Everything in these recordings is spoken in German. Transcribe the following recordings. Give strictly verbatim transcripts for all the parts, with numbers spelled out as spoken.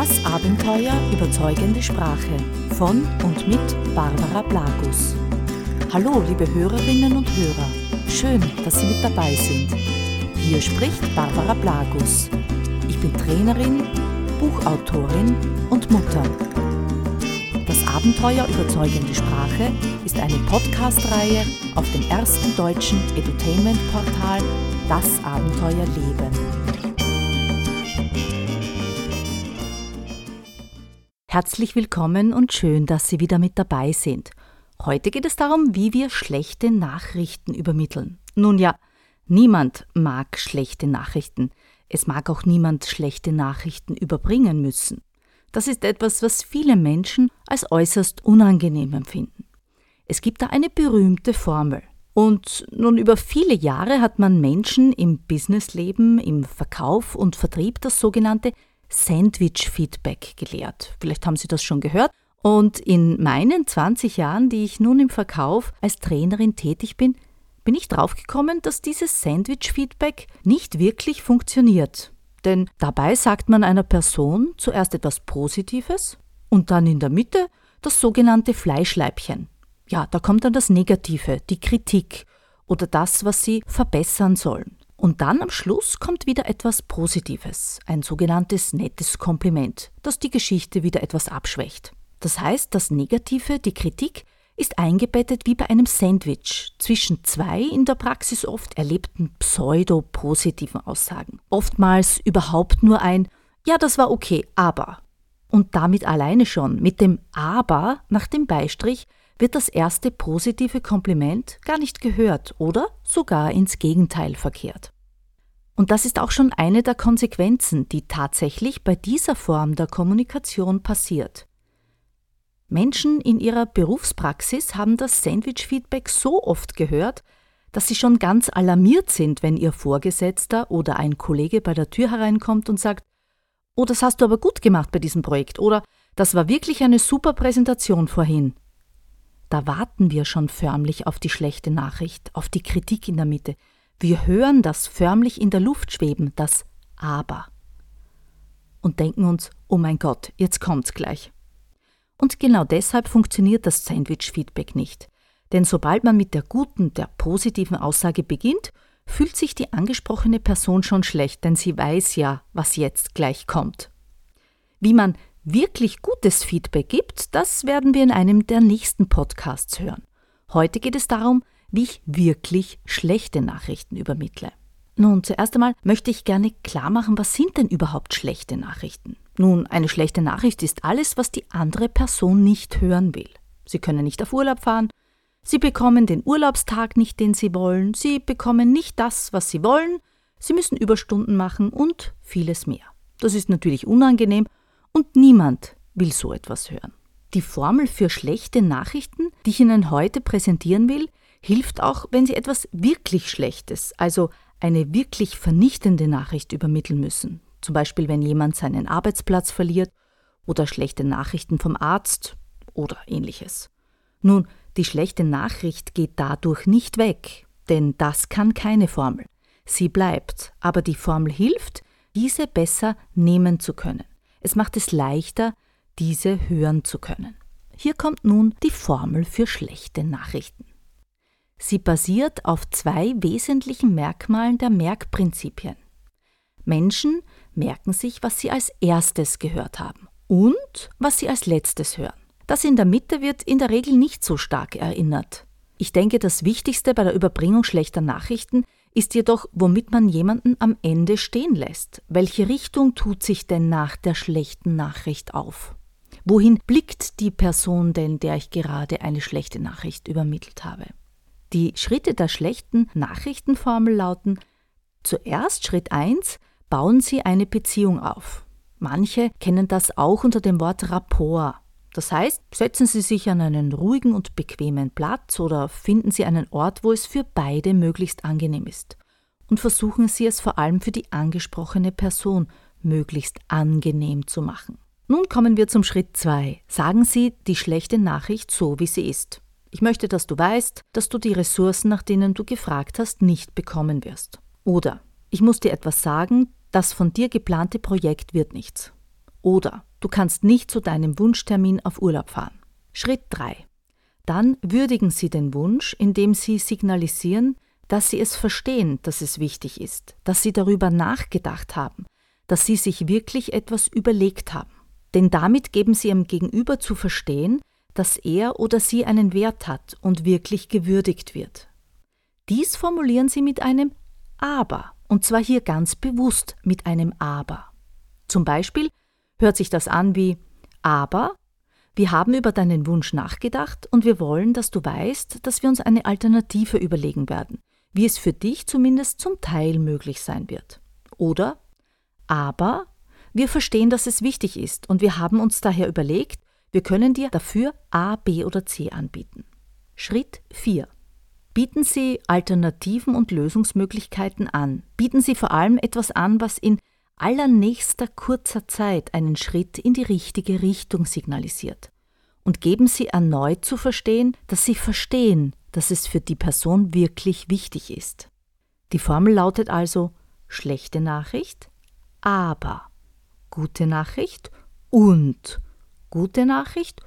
Das Abenteuer überzeugende Sprache von und mit Barbara Blagus. Hallo, liebe Hörerinnen und Hörer. Schön, dass Sie mit dabei sind. Hier spricht Barbara Blagus. Ich bin Trainerin, Buchautorin und Mutter. Das Abenteuer überzeugende Sprache ist eine Podcast-Reihe auf dem ersten deutschen Edutainment-Portal Das Abenteuer Leben. Herzlich willkommen und schön, dass Sie wieder mit dabei sind. Heute geht es darum, wie wir schlechte Nachrichten übermitteln. Nun ja, niemand mag schlechte Nachrichten. Es mag auch niemand schlechte Nachrichten überbringen müssen. Das ist etwas, was viele Menschen als äußerst unangenehm empfinden. Es gibt da eine berühmte Formel. Und nun über viele Jahre hat man Menschen im Businessleben, im Verkauf und Vertrieb das sogenannte Sandwich-Feedback gelehrt. Vielleicht haben Sie das schon gehört. Und in meinen zwanzig Jahren, die ich nun im Verkauf als Trainerin tätig bin, bin ich draufgekommen, dass dieses Sandwich-Feedback nicht wirklich funktioniert. Denn dabei sagt man einer Person zuerst etwas Positives und dann in der Mitte das sogenannte Fleischleibchen. Ja, da kommt dann das Negative, die Kritik oder das, was Sie verbessern sollen. Und dann am Schluss kommt wieder etwas Positives, ein sogenanntes nettes Kompliment, das die Geschichte wieder etwas abschwächt. Das heißt, das Negative, die Kritik, ist eingebettet wie bei einem Sandwich zwischen zwei in der Praxis oft erlebten pseudo-positiven Aussagen. Oftmals überhaupt nur ein „Ja, das war okay, aber“. Und damit alleine schon, mit dem „aber“ nach dem Beistrich, wird das erste positive Kompliment gar nicht gehört oder sogar ins Gegenteil verkehrt. Und das ist auch schon eine der Konsequenzen, die tatsächlich bei dieser Form der Kommunikation passiert. Menschen in ihrer Berufspraxis haben das Sandwich-Feedback so oft gehört, dass sie schon ganz alarmiert sind, wenn ihr Vorgesetzter oder ein Kollege bei der Tür hereinkommt und sagt: „Oh, das hast du aber gut gemacht bei diesem Projekt“ oder „Das war wirklich eine super Präsentation vorhin“. Da warten wir schon förmlich auf die schlechte Nachricht, auf die Kritik in der Mitte. Wir hören das förmlich in der Luft schweben, das Aber. Und denken uns: „Oh mein Gott, jetzt kommt's gleich.“ Und genau deshalb funktioniert das Sandwich-Feedback nicht. Denn sobald man mit der guten, der positiven Aussage beginnt, fühlt sich die angesprochene Person schon schlecht, denn sie weiß ja, was jetzt gleich kommt. Wie man wirklich gutes Feedback gibt, das werden wir in einem der nächsten Podcasts hören. Heute geht es darum, wie ich wirklich schlechte Nachrichten übermittle. Nun, zuerst einmal möchte ich gerne klar machen, was sind denn überhaupt schlechte Nachrichten? Nun, eine schlechte Nachricht ist alles, was die andere Person nicht hören will. Sie können nicht auf Urlaub fahren, Sie bekommen den Urlaubstag nicht, den Sie wollen, Sie bekommen nicht das, was Sie wollen, Sie müssen Überstunden machen und vieles mehr. Das ist natürlich unangenehm und niemand will so etwas hören. Die Formel für schlechte Nachrichten, die ich Ihnen heute präsentieren will, hilft auch, wenn Sie etwas wirklich Schlechtes, also eine wirklich vernichtende Nachricht übermitteln müssen. Zum Beispiel, wenn jemand seinen Arbeitsplatz verliert oder schlechte Nachrichten vom Arzt oder ähnliches. Nun, die schlechte Nachricht geht dadurch nicht weg, denn das kann keine Formel. Sie bleibt, aber die Formel hilft, diese besser nehmen zu können. Es macht es leichter, diese hören zu können. Hier kommt nun die Formel für schlechte Nachrichten. Sie basiert auf zwei wesentlichen Merkmalen der Merkprinzipien. Menschen merken sich, was sie als erstes gehört haben und was sie als letztes hören. Das in der Mitte wird in der Regel nicht so stark erinnert. Ich denke, das Wichtigste bei der Überbringung schlechter Nachrichten ist jedoch, womit man jemanden am Ende stehen lässt. Welche Richtung tut sich denn nach der schlechten Nachricht auf? Wohin blickt die Person denn, der ich gerade eine schlechte Nachricht übermittelt habe? Die Schritte der schlechten Nachrichtenformel lauten: Zuerst Schritt eins, bauen Sie eine Beziehung auf. Manche kennen das auch unter dem Wort Rapport. Das heißt, setzen Sie sich an einen ruhigen und bequemen Platz oder finden Sie einen Ort, wo es für beide möglichst angenehm ist. Und versuchen Sie es vor allem für die angesprochene Person möglichst angenehm zu machen. Nun kommen wir zum Schritt zwei. Sagen Sie die schlechte Nachricht so, wie sie ist. Ich möchte, dass du weißt, dass du die Ressourcen, nach denen du gefragt hast, nicht bekommen wirst. Oder: Ich muss dir etwas sagen, das von dir geplante Projekt wird nichts. Oder du kannst nicht zu deinem Wunschtermin auf Urlaub fahren. Schritt drei. Dann würdigen Sie den Wunsch, indem Sie signalisieren, dass Sie es verstehen, dass es wichtig ist, dass Sie darüber nachgedacht haben, dass Sie sich wirklich etwas überlegt haben. Denn damit geben Sie Ihrem Gegenüber zu verstehen, dass er oder sie einen Wert hat und wirklich gewürdigt wird. Dies formulieren Sie mit einem Aber, und zwar hier ganz bewusst mit einem Aber. Zum Beispiel hört sich das an wie: Aber wir haben über deinen Wunsch nachgedacht und wir wollen, dass du weißt, dass wir uns eine Alternative überlegen werden, wie es für dich zumindest zum Teil möglich sein wird. Oder: Aber wir verstehen, dass es wichtig ist und wir haben uns daher überlegt, wir können dir dafür A, B oder C anbieten. Schritt vier. Bieten Sie Alternativen und Lösungsmöglichkeiten an. Bieten Sie vor allem etwas an, was in allernächster kurzer Zeit einen Schritt in die richtige Richtung signalisiert. Und geben Sie erneut zu verstehen, dass Sie verstehen, dass es für die Person wirklich wichtig ist. Die Formel lautet also: schlechte Nachricht, aber gute Nachricht und gute Nachricht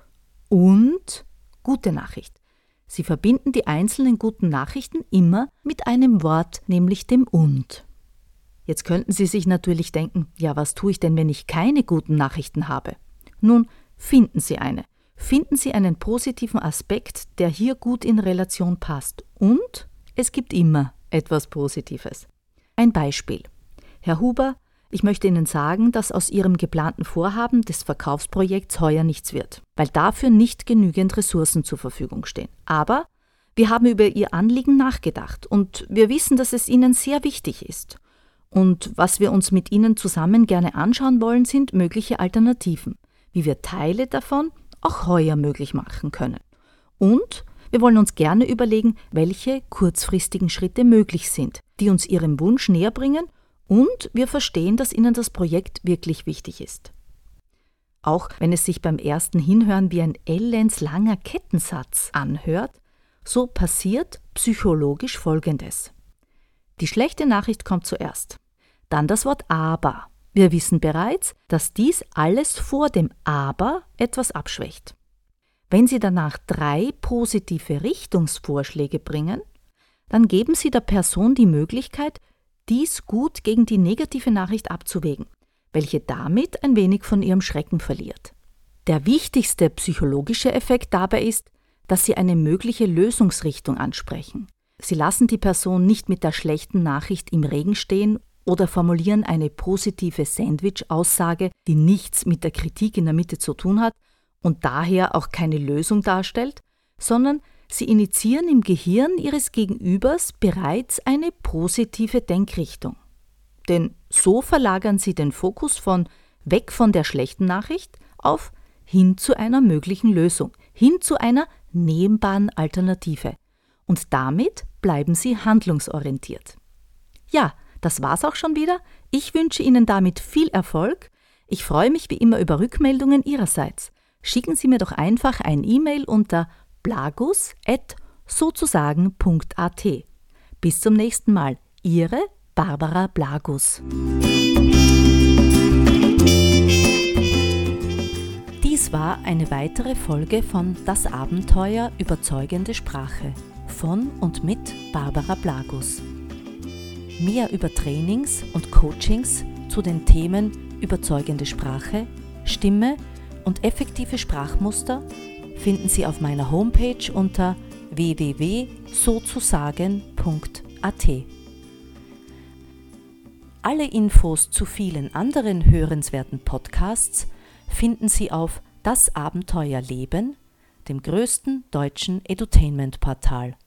und gute Nachricht. Sie verbinden die einzelnen guten Nachrichten immer mit einem Wort, nämlich dem und. Jetzt könnten Sie sich natürlich denken, ja, was tue ich denn, wenn ich keine guten Nachrichten habe? Nun, finden Sie eine. Finden Sie einen positiven Aspekt, der hier gut in Relation passt. Und es gibt immer etwas Positives. Ein Beispiel. Herr Huber, ich möchte Ihnen sagen, dass aus Ihrem geplanten Vorhaben des Verkaufsprojekts heuer nichts wird, weil dafür nicht genügend Ressourcen zur Verfügung stehen. Aber wir haben über Ihr Anliegen nachgedacht und wir wissen, dass es Ihnen sehr wichtig ist. Und was wir uns mit Ihnen zusammen gerne anschauen wollen, sind mögliche Alternativen, wie wir Teile davon auch heuer möglich machen können. Und wir wollen uns gerne überlegen, welche kurzfristigen Schritte möglich sind, die uns Ihrem Wunsch näher bringen. Und wir verstehen, dass Ihnen das Projekt wirklich wichtig ist. Auch wenn es sich beim ersten Hinhören wie ein ellenslanger Kettensatz anhört, so passiert psychologisch Folgendes. Die schlechte Nachricht kommt zuerst, dann das Wort Aber. Wir wissen bereits, dass dies alles vor dem Aber etwas abschwächt. Wenn Sie danach drei positive Richtungsvorschläge bringen, dann geben Sie der Person die Möglichkeit, dies gut gegen die negative Nachricht abzuwägen, welche damit ein wenig von ihrem Schrecken verliert. Der wichtigste psychologische Effekt dabei ist, dass Sie eine mögliche Lösungsrichtung ansprechen. Sie lassen die Person nicht mit der schlechten Nachricht im Regen stehen oder formulieren eine positive Sandwich-Aussage, die nichts mit der Kritik in der Mitte zu tun hat und daher auch keine Lösung darstellt, sondern Sie initiieren im Gehirn Ihres Gegenübers bereits eine positive Denkrichtung. Denn so verlagern Sie den Fokus von weg von der schlechten Nachricht auf hin zu einer möglichen Lösung, hin zu einer nehmbaren Alternative. Und damit bleiben Sie handlungsorientiert. Ja, das war's auch schon wieder. Ich wünsche Ihnen damit viel Erfolg. Ich freue mich wie immer über Rückmeldungen Ihrerseits. Schicken Sie mir doch einfach ein E-Mail unter blagus at sozusagen punkt a t. Bis zum nächsten Mal. Ihre Barbara Blagus. Dies war eine weitere Folge von Das Abenteuer Überzeugende Sprache von und mit Barbara Blagus. Mehr über Trainings und Coachings zu den Themen überzeugende Sprache, Stimme und effektive Sprachmuster finden Sie auf meiner Homepage unter w w w punkt sozusagen punkt a t. Alle Infos zu vielen anderen hörenswerten Podcasts finden Sie auf Das Abenteuer Leben, dem größten deutschen Edutainment-Portal.